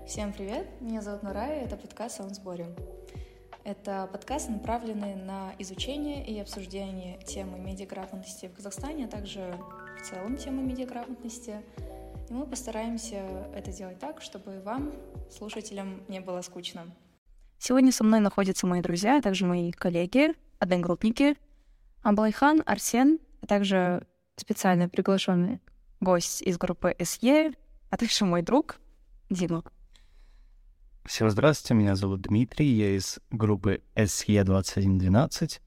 Всем привет, меня зовут Нурая, это подкаст «Саундсборе». Это подкаст, направленный на изучение и обсуждение темы медиаграмотности в Казахстане, а также в целом темы медиаграмотности. И мы постараемся это делать так, чтобы вам, слушателям, не было скучно. Сегодня со мной находятся мои друзья, а также мои коллеги, одногруппники Абылайхан, Арсен, а также специально приглашенный гость из группы СЕ, а также мой друг Дима. Всем здравствуйте, меня зовут Дмитрий, я из группы SE2112.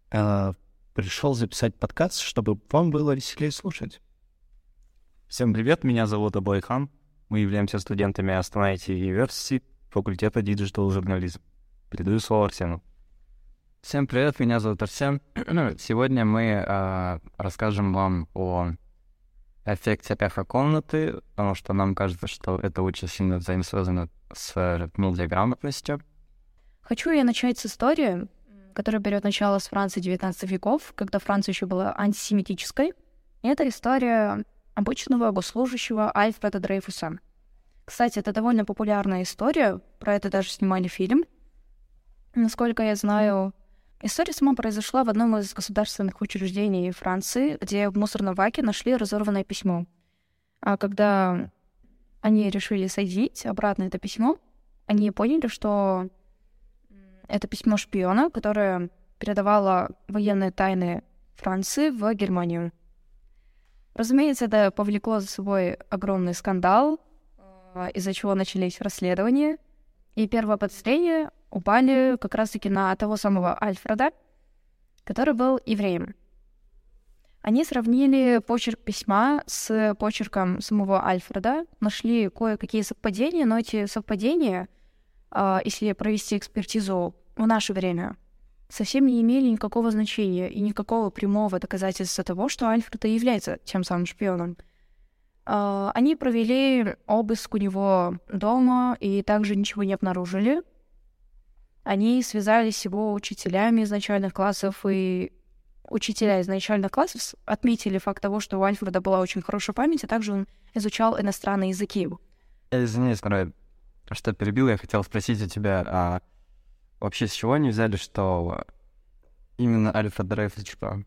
Пришел записать подкаст, чтобы вам было веселее слушать. Всем привет, меня зовут Абылайхан. Мы являемся студентами Астана IT University, факультета Digital Journalism. Передаю слово Арсену. Всем привет, меня зовут Арсен. Сегодня мы расскажем вам о эффекте эхокомнаты, потому что нам кажется, что это очень сильно взаимосвязано с медиаграмотностью. Хочу я начать с истории, которая берет начало с Франции XIX веков, когда Франция еще была антисемитической. И это история обычного госслужащего Альфреда Дрейфуса. Кстати, это довольно популярная история, про это даже снимали фильм. Насколько я знаю, история сама произошла в одном из государственных учреждений Франции, где в мусорном баке нашли разорванное письмо. А когда они решили сойдить обратно это письмо, они поняли, что это письмо шпиона, которое передавало военные тайны Франции в Германию. Разумеется, это повлекло за собой огромный скандал, из-за чего начались расследования, и первое подозрение упали как раз-таки на того самого Альфреда, который был евреем. Они сравнили почерк письма с почерком самого Альфреда, нашли кое-какие совпадения, но эти совпадения, если провести экспертизу в наше время, совсем не имели никакого значения и никакого прямого доказательства того, что Альфред и является тем самым шпионом. Они провели обыск у него дома и также ничего не обнаружили. Они связались с его учителями из начальных классов, и учителя из начальных классов отметили факт того, что у Альфреда была очень хорошая память, а также он изучал иностранные языки. Извини, что перебил, я хотел спросить у тебя, а вообще с чего они взяли, что именно Альфред Дрейфус шпион?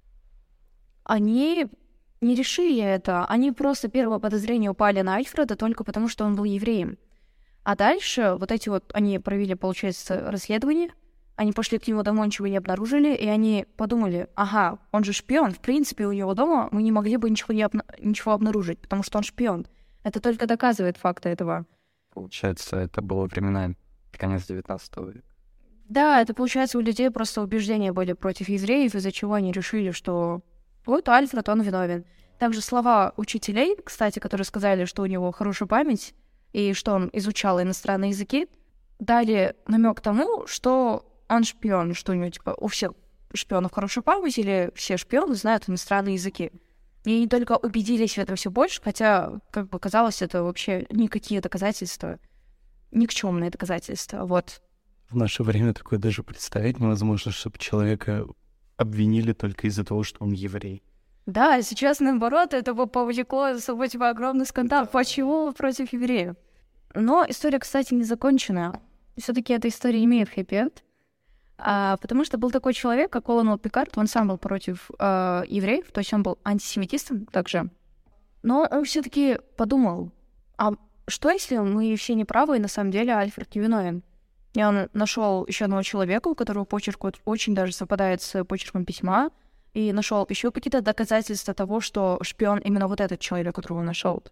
Они не решили это, они просто первое подозрение упали на Альфреда только потому, что он был евреем. А дальше они провели, получается, расследование, они пошли к нему домой, ничего не обнаружили, и они подумали, ага, он же шпион, в принципе, у него дома мы не могли бы ничего обнаружить, потому что он шпион. Это только доказывает факт этого. Получается, это было времена конец 19 века. Да, это, получается, у людей просто убеждения были против евреев, из-за чего они решили, что вот Альфред, он виновен. Также слова учителей, кстати, которые сказали, что у него хорошая память, и что он изучал иностранные языки, дали намек тому, что он шпион, что у него, у всех шпионов хорошая память, или все шпионы знают иностранные языки. И они только убедились в этом все больше, хотя, как бы казалось, это вообще никакие доказательства, никчемные доказательства, вот. В наше время такое даже представить невозможно, чтобы человека обвинили только из-за того, что он еврей. Да, сейчас, наоборот, это повлекло за собой огромный скандал. Почему против евреев? Но история, кстати, не закончена. Все-таки эта история имеет хэппи-энд. Потому что был такой человек, как Колонел Пикард, он сам был против евреев, то есть он был антисемитистом также. Но он все-таки подумал, а что если мы все неправы, и на самом деле Альфред невиновен? И он нашел еще одного человека, у которого почерк очень даже совпадает с почерком письма, и нашел еще какие-то доказательства того, что шпион именно вот этот человек, которого он нашел.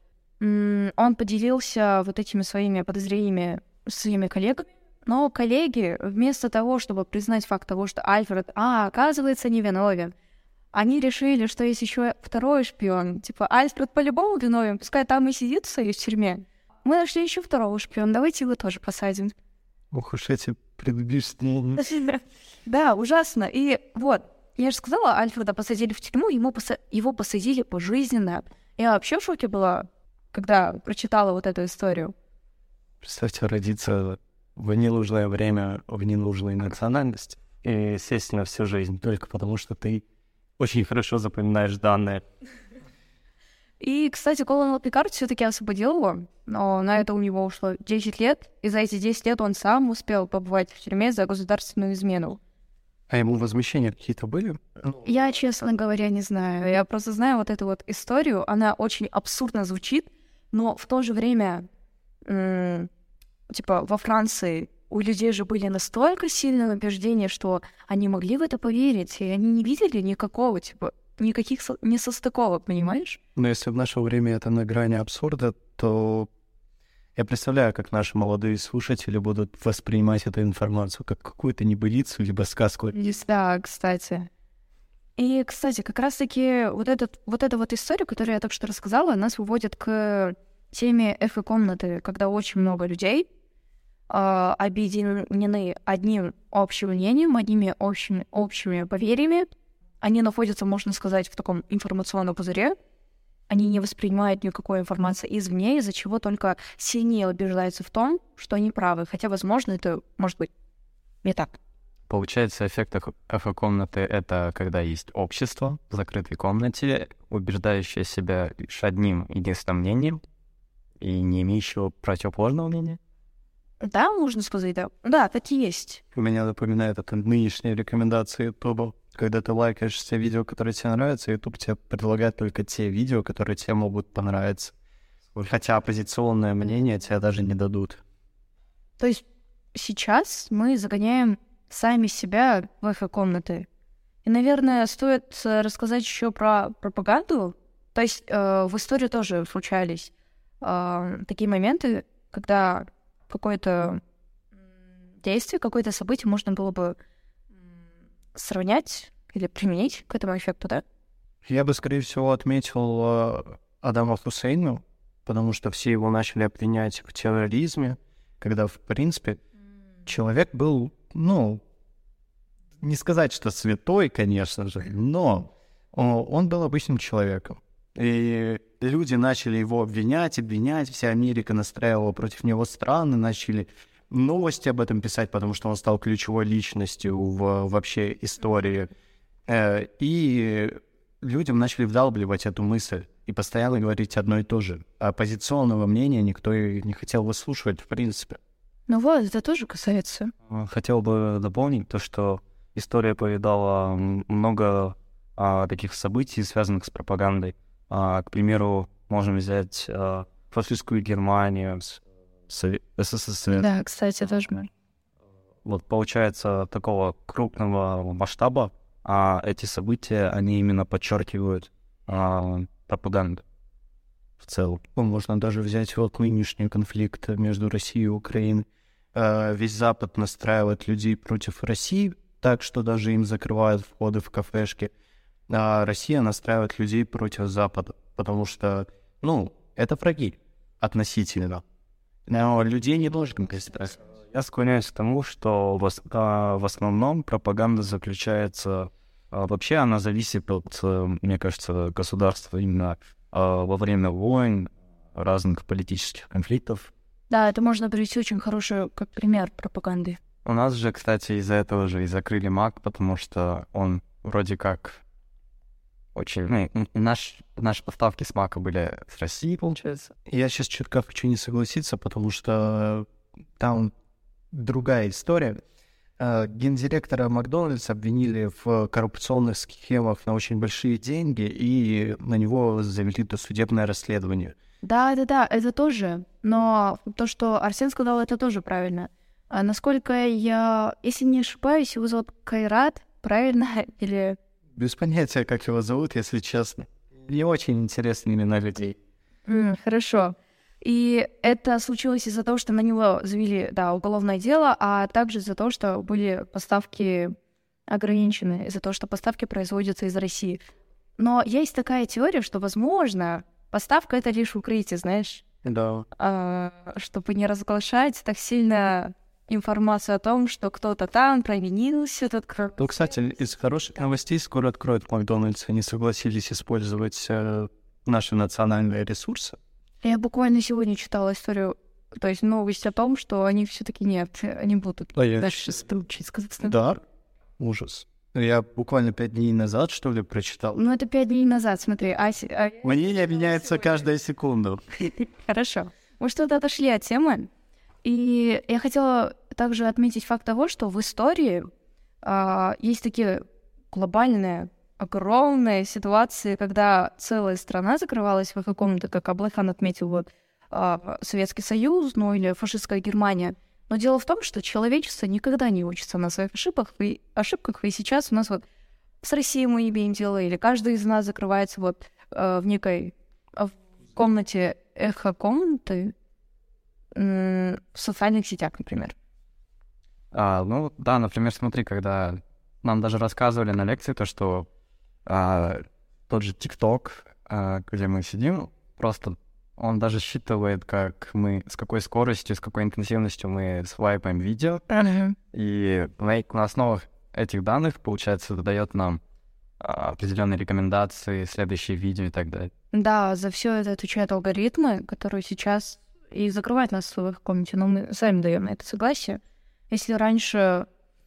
Он поделился вот этими своими подозрениями с своими коллегами, но коллеги, вместо того, чтобы признать факт того, что Альфред, оказывается, невиновен, они решили, что есть еще второй шпион. Альфред по-любому виновен, пускай там и сидит в своей тюрьме. Мы нашли еще второго шпиона, давайте его тоже посадим. Ох уж эти предубеждения. Да, ужасно. И вот, я же сказала, Альфреда посадили в тюрьму, его посадили пожизненно. Я вообще в шоке была, когда прочитала вот эту историю. Представьте, родиться в ненужное время, в ненужной национальности И сесть на всю жизнь. только потому, что ты очень хорошо запоминаешь данные. И, кстати, Колонел Пикард все-таки освободил его, но на это у него ушло 10 лет, и за эти 10 лет он сам успел побывать в тюрьме за государственную измену. А ему возмещения какие-то были? Я, честно говоря, не знаю. Я просто знаю вот эту вот историю. Она очень абсурдно звучит, но в то же время, типа, во Франции у людей же были настолько сильные убеждения, что они могли в это поверить, и они не видели никакого, типа, никаких несостыковок, понимаешь? Но если в наше время это на грани абсурда, то я представляю, как наши молодые слушатели будут воспринимать эту информацию как какую-то небылицу, либо сказку. Да, кстати. И, кстати, как раз-таки вот эта вот история, которую я только что рассказала, нас выводит к теме эхо-комнаты, когда очень много людей объединены одним общим мнением, одними общими поверьями. Они находятся, можно сказать, в таком информационном пузыре. Они не воспринимают никакой информации извне, из-за чего только сильнее убеждаются в том, что они правы. Хотя, возможно, это может быть не так. Получается, эффект эхо-комнаты — это когда есть общество в закрытой комнате, убеждающее себя лишь одним единственным мнением и не имеющего противоположного мнения. Да, можно сказать, да. Да, так и есть. Меня напоминает это нынешние рекомендации YouTube. Когда ты лайкаешь все видео, которые тебе нравятся, YouTube тебе предлагает только те видео, которые тебе могут понравиться. Хотя оппозиционное мнение тебе даже не дадут. То есть сейчас мы загоняем сами себя в эхо-комнаты. И, наверное, стоит рассказать еще про пропаганду. То есть в истории тоже случались такие моменты, когда какое-то действие, какое-то событие можно было бы сравнять или применить к этому эффекту, да? Я бы, скорее всего, отметил Адама Хусейна, потому что все его начали обвинять в терроризме, когда, в принципе, человек был, не сказать, что святой, конечно же, но он был обычным человеком. И люди начали его обвинять, вся Америка настраивала против него страны, начали новости об этом писать, потому что он стал ключевой личностью в вообще истории. И людям начали вдалбливать эту мысль и постоянно говорить одно и то же. А оппозиционного мнения никто и не хотел выслушивать, в принципе. Ну вот, это тоже касается. Хотел бы дополнить то, что история повидала много таких событий, связанных с пропагандой. К примеру, можем взять фашистскую Германию, СССР. Да, кстати, тоже. Вот получается, такого крупного масштаба эти события, они именно подчеркивают пропаганду в целом. Можно даже взять вот нынешний конфликт между Россией и Украиной. Весь Запад настраивает людей против России, так что даже им закрывают входы в кафешки. А Россия настраивает людей против Запада, потому что, это враги относительно. Но людей не должен пристрастить. Я склоняюсь к тому, что в основном пропаганда заключается... Вообще она зависит от, мне кажется, государства именно во время войн, разных политических конфликтов. Да, это можно привести очень хороший как пример пропаганды. У нас же, кстати, из-за этого же и закрыли МАК, потому что он вроде как очень... Наши поставки с МАКа были с России, получается. Я сейчас чутка хочу не согласиться, потому что там другая история. Гендиректора Макдональдс обвинили в коррупционных схемах на очень большие деньги, и на него завели досудебное расследование. Да, это тоже. Но то, что Арсен сказал, это тоже правильно. А насколько я, если не ошибаюсь, его зовут Кайрат, правильно? Или... Без понятия, как его зовут, если честно. Не очень интересны имена людей. Хорошо. И это случилось из-за того, что на него завели, уголовное дело, а также из-за того, что были поставки ограничены, из-за того, что поставки производятся из России. Но есть такая теория, что, возможно, поставка — это лишь укрытие, знаешь? Да. Чтобы не разглашать так сильно информацию о том, что кто-то там провинился. Кстати, из хороших новостей скоро откроют Макдональдс. Они согласились использовать наши национальные ресурсы. Я буквально сегодня читала историю, то есть новость о том, что они все-таки нет, они будут дальше учить, сказать. Да, ужас. Я буквально 5 дней назад, что ли, прочитал. Ну, это 5 дней назад, смотри. Мнение меняется каждую секунду. Хорошо. Мы что-то отошли от темы. И я хотела также отметить факт того, что в истории есть такие глобальные, огромные ситуации, когда целая страна закрывалась в эхо-комнаты, как Аблэхан отметил, вот, Советский Союз, ну или фашистская Германия. Но дело в том, что человечество никогда не учится на своих ошибках, и сейчас у нас вот с Россией мы имеем дело, или каждый из нас закрывается вот в некой в комнате эхо-комнаты в социальных сетях, например. Ну да, например, смотри, когда нам даже рассказывали на лекции то, что тот же ТикТок, где мы сидим, просто он даже считывает, как мы, с какой скоростью, с какой интенсивностью мы свайпаем видео. И на основах этих данных, получается, дает нам определенные рекомендации, следующие видео и так далее. Да, за все это отвечают алгоритмы, которые сейчас и закрывают нас в своих комнате, но мы сами даем на это согласие. Если раньше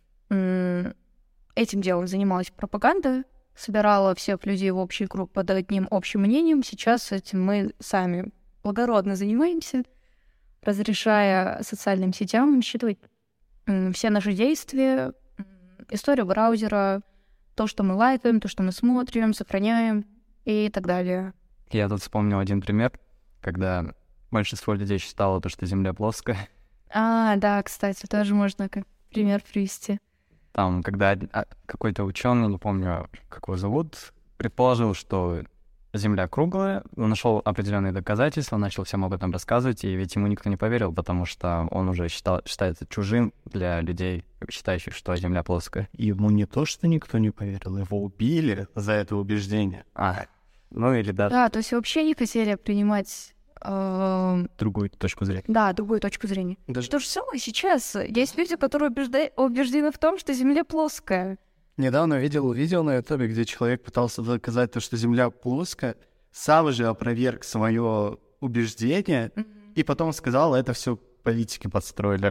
этим делом занималась пропаганда, собирала всех людей в общий круг под одним общим мнением, сейчас этим мы сами благородно занимаемся, разрешая социальным сетям считывать все наши действия, историю браузера, то, что мы лайкаем, то, что мы смотрим, сохраняем и так далее. Я тут вспомнил один пример, когда большинство людей считало то, что Земля плоская. Да, кстати, тоже можно как пример привести. Там, когда какой-то ученый, не помню, как его зовут, предположил, что Земля круглая, он нашел определенные доказательства, начал всем об этом рассказывать, и ведь ему никто не поверил, потому что он уже считается чужим для людей, считающих, что Земля плоская. Ему не то, что никто не поверил, его убили за это убеждение. Ну или даже... Да, то есть вообще не хотели принимать... другую точку зрения. Да, другую точку зрения. Даже... То же самое сейчас. Есть люди, которые убеждены в том, что Земля плоская. Недавно видел видео на Ютубе, где человек пытался доказать то, что Земля плоская, сам же опроверг свое убеждение, и потом сказал, это все политики подстроили.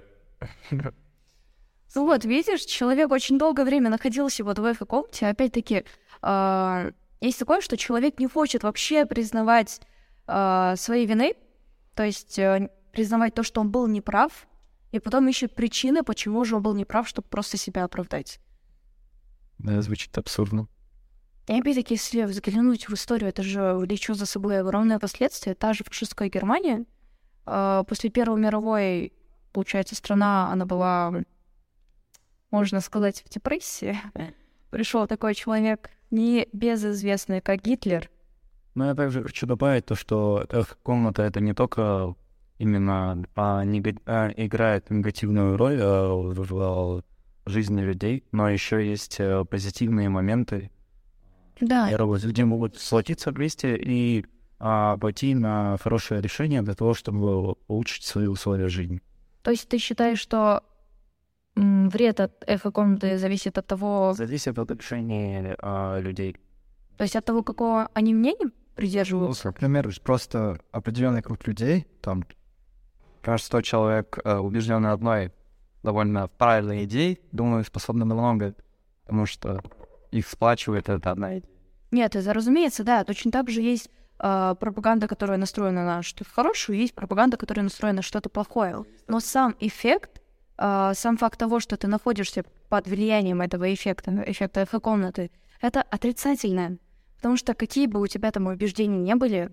Ну вот, видишь, человек очень долгое время находился вот в эхо-комнате. Опять-таки, есть такое, что человек не хочет вообще признавать своей вины, то есть признавать то, что он был неправ, и потом ищет причины, почему же он был неправ, чтобы просто себя оправдать. Да, звучит абсурдно. И опять-таки, если взглянуть в историю, это же влечет за собой огромные последствия. Та же фашистская Германия, после Первой мировой, получается, страна, она была, можно сказать, в депрессии. Пришел такой человек, не безызвестный, как Гитлер. Но я также хочу добавить то, что комната — это не только именно играет негативную роль в жизни людей, но еще есть позитивные моменты, Да. где могут сплотиться вместе и пойти на хорошее решение для того, чтобы улучшить свои условия жизни. То есть ты считаешь, что вред от эхо-комнаты зависит от того... Зависит от решения людей. То есть от того, какого они мнения придерживаются? Например, просто определенный круг людей, там, кажется, 100 человек убеждены одной довольно правильной идеей, думаю, способны на многое, потому что их сплачивает эта одна идея. Нет, это, разумеется, да. Точно так же есть пропаганда, которая настроена на что-то хорошее, есть пропаганда, которая настроена на что-то плохое. Но сам эффект, сам факт того, что ты находишься под влиянием этого эффекта эхо-комнаты, это отрицательное. Потому что какие бы у тебя там убеждения не были,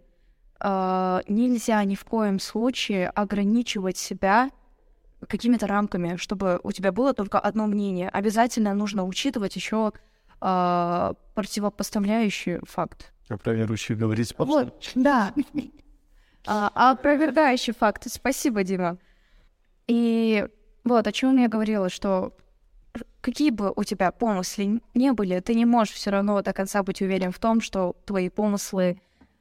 нельзя ни в коем случае ограничивать себя какими-то рамками, чтобы у тебя было только одно мнение. Обязательно нужно учитывать еще противопоставляющий факт. Опровергающий говорить Вот, да. Опровергающий факт. Спасибо, Дима. И вот о чем я говорила, что какие бы у тебя помыслы не были, ты не можешь все равно до конца быть уверен в том, что твои помыслы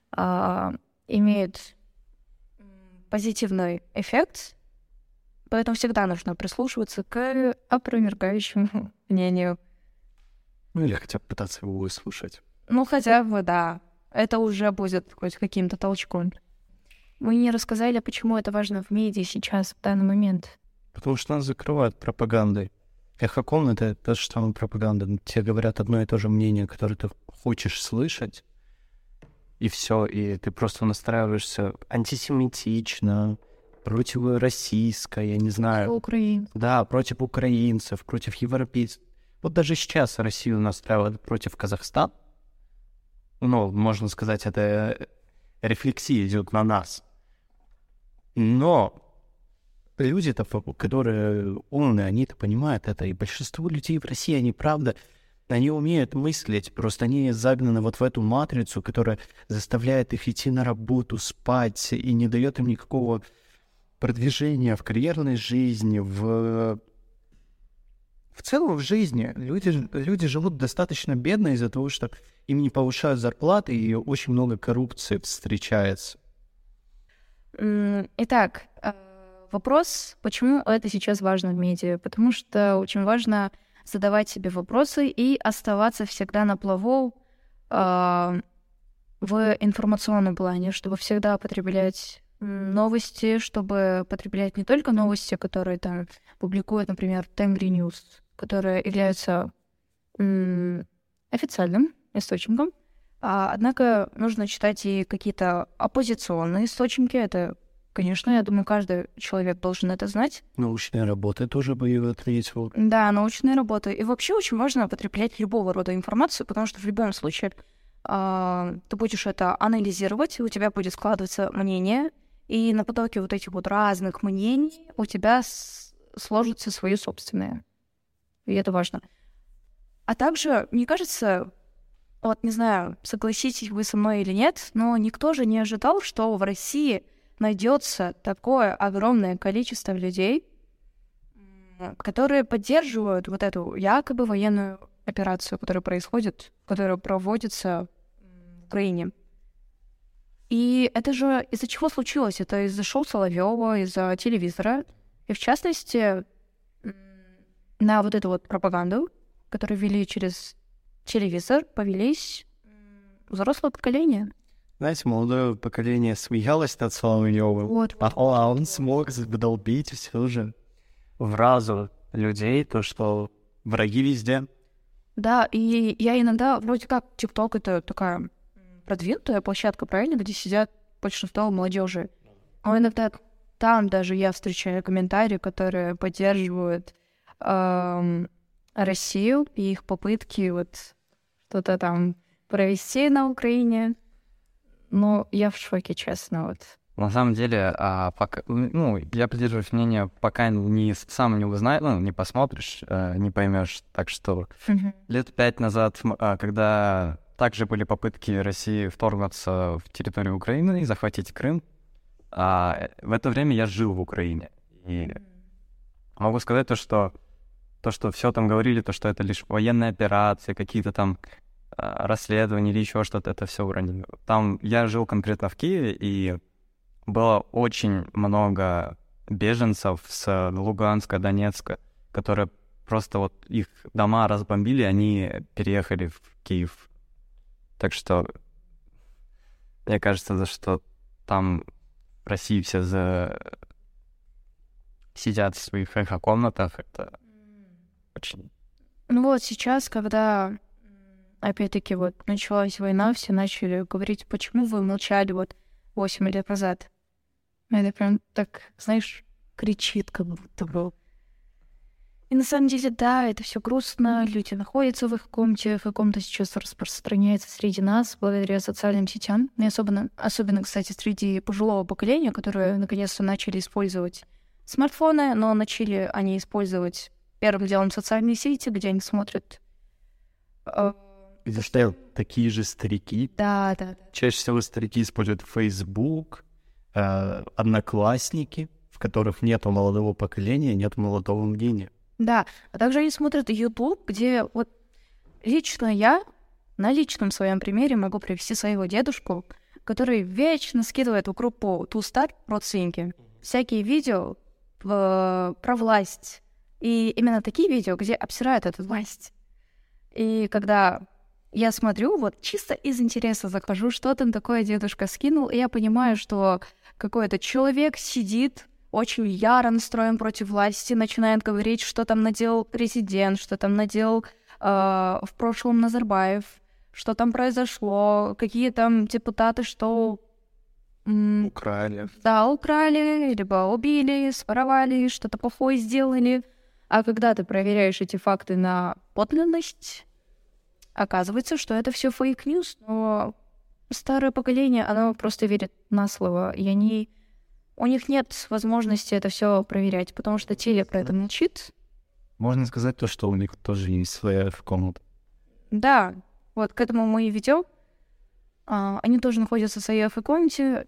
имеют позитивный эффект, поэтому всегда нужно прислушиваться к опровергающему мнению. Ну или хотя бы пытаться его выслушать. Ну хотя бы, да. Это уже будет хоть каким-то толчком. Мы не рассказали, почему это важно в медиа сейчас, в данный момент. Потому что нас закрывают пропагандой. Эхокомната — это та же самая пропаганда. Тебе говорят одно и то же мнение, которое ты хочешь слышать, и все, и ты просто настраиваешься антисемитично, противороссийско, я не знаю. Украина. Да, против украинцев, против европейцев. Вот даже сейчас Россию настраивают против Казахстана. Ну, можно сказать, это рефлексия идет на нас. Но люди-то, которые умные, они-то понимают это. И большинство людей в России, они правда, они умеют мыслить. Просто они загнаны вот в эту матрицу, которая заставляет их идти на работу, спать и не дает им никакого продвижения в карьерной жизни, в целом в жизни. Люди живут достаточно бедно из-за того, что им не повышают зарплаты, и очень много коррупции встречается. Итак, вопрос, почему это сейчас важно в медиа? Потому что очень важно задавать себе вопросы и оставаться всегда на плаву в информационном плане, чтобы всегда потреблять новости, чтобы потреблять не только новости, которые там публикуют, например, Temri News, которые являются официальным источником, однако нужно читать и какие-то оппозиционные источники. Это, конечно, я думаю, каждый человек должен это знать. Научные работы тоже бы его отметил. Да, научные работы. И вообще очень важно потреблять любого рода информацию, потому что в любом случае ты будешь это анализировать, и у тебя будет складываться мнение, и на потоке вот этих вот разных мнений у тебя сложится свое собственное. И это важно. А также, мне кажется, вот не знаю, согласитесь вы со мной или нет, но никто же не ожидал, что в России найдется такое огромное количество людей, которые поддерживают вот эту якобы военную операцию, которая происходит, которая проводится в Украине. И это же из-за чего случилось? Это из-за шоу Соловьева, из-за телевизора. И в частности, на вот эту вот пропаганду, которую вели через телевизор, повелись взрослое поколение. Знаете, молодое поколение смеялось над Соловьевым, Вот. а он смог задолбить все же в разум людей, то, что враги везде. Да, и я иногда, вроде как, ТикТок — это такая продвинутая площадка, правильно, где сидят большинство молодежи. Но иногда там даже я встречаю комментарии, которые поддерживают Россию и их попытки вот что-то там провести на Украине. Но я в шоке, честно, вот. На самом деле, пока, я придерживаюсь мнения, пока сам не узнаешь, не посмотришь, не поймешь. Так что лет 5 назад, когда также были попытки России вторгнуться в территорию Украины и захватить Крым, в это время я жил в Украине. И могу сказать что все там говорили, что это лишь военная операция, какие-то там расследования или еще что-то, это все вранье. Там я жил конкретно в Киеве, и было очень много беженцев с Луганска, Донецка, которые просто вот их дома разбомбили, они переехали в Киев. Так что мне кажется, что там в России все сидят в своих эхокомнатах, это очень... Ну вот сейчас, когда опять-таки вот началась война, все начали говорить, почему вы молчали вот 8 лет назад. Это прям так, знаешь, кричит как будто бы. И на самом деле, да, это все грустно, люди находятся в их комнате сейчас распространяется среди нас благодаря социальным сетям. И особенно, кстати, среди пожилого поколения, которые наконец-то начали использовать смартфоны, но начали они использовать первым делом социальные сети, где они смотрят... Где стоят такие же старики. Да. Чаще всего старики используют Facebook, Одноклассники, в которых нету молодого поколения, нет молодого мнения. Да, а также они смотрят YouTube, где вот лично я на личном своем примере могу привести своего дедушку, который вечно скидывает в группу Тустар родственники всякие видео про власть. И именно такие видео, где обсирают эту власть. И когда я смотрю, вот чисто из интереса захожу, что там такое дедушка скинул, и я понимаю, что какой-то человек сидит очень яро настроен против власти, начинает говорить, что там наделал президент, что там наделал в прошлом Назарбаев, что там произошло, какие там депутаты, что... Украли. Да, украли, либо убили, своровали, что-то плохое сделали. А когда ты проверяешь эти факты на подлинность, оказывается, что это все фейк-ньюс, но старое поколение, оно просто верит на слово, и у них нет возможности это все проверять, потому что теле про это молчит. Можно сказать то, что у них тоже есть своя комната. Да, вот к этому мы и ведем. Они тоже находятся в своей комнате,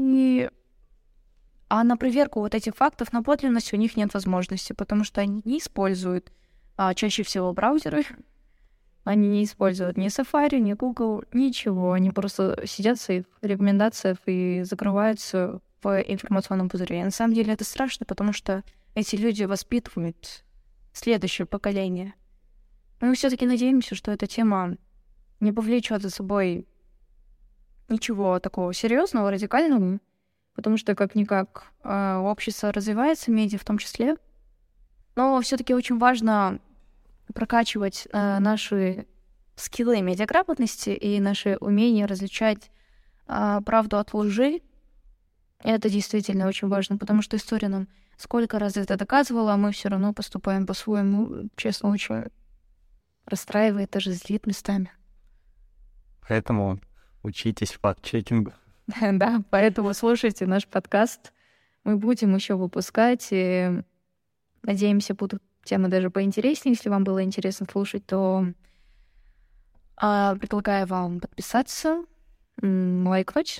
а на проверку вот этих фактов на подлинность у них нет возможности, потому что они не используют чаще всего браузеры, они не используют ни Safari, ни Google, ничего. Они просто сидят в своих рекомендациях и закрываются в информационном пузыре. И на самом деле это страшно, потому что эти люди воспитывают следующее поколение. Но мы все-таки надеемся, что эта тема не повлечет за собой ничего такого серьезного, радикального, потому что как-никак общество развивается, медиа в том числе. Но все-таки очень важно прокачивать наши скиллы медиаграмотности и наши умения различать правду от лжи. Это действительно очень важно, потому что история нам сколько раз это доказывала, а мы все равно поступаем по-своему. Честно, очень расстраивает, даже злит местами. Поэтому учитесь факт-чекингу. Да, поэтому слушайте наш подкаст. Мы будем еще выпускать, и надеемся, будут темы даже поинтереснее. Если вам было интересно слушать, то предлагаю вам подписаться, лайкнуть.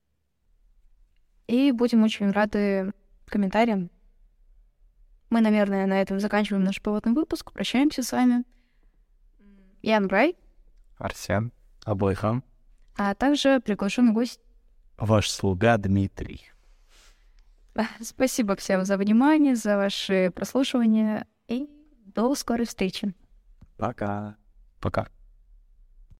И будем очень рады комментариям. Мы, наверное, на этом заканчиваем наш пилотный выпуск. Прощаемся с вами. Ян Брай. Арсен. Абойхан. А также приглашенный гость. Ваш слуга Дмитрий. Спасибо всем за внимание, за ваше прослушивание. И до скорой встречи. Пока. Пока.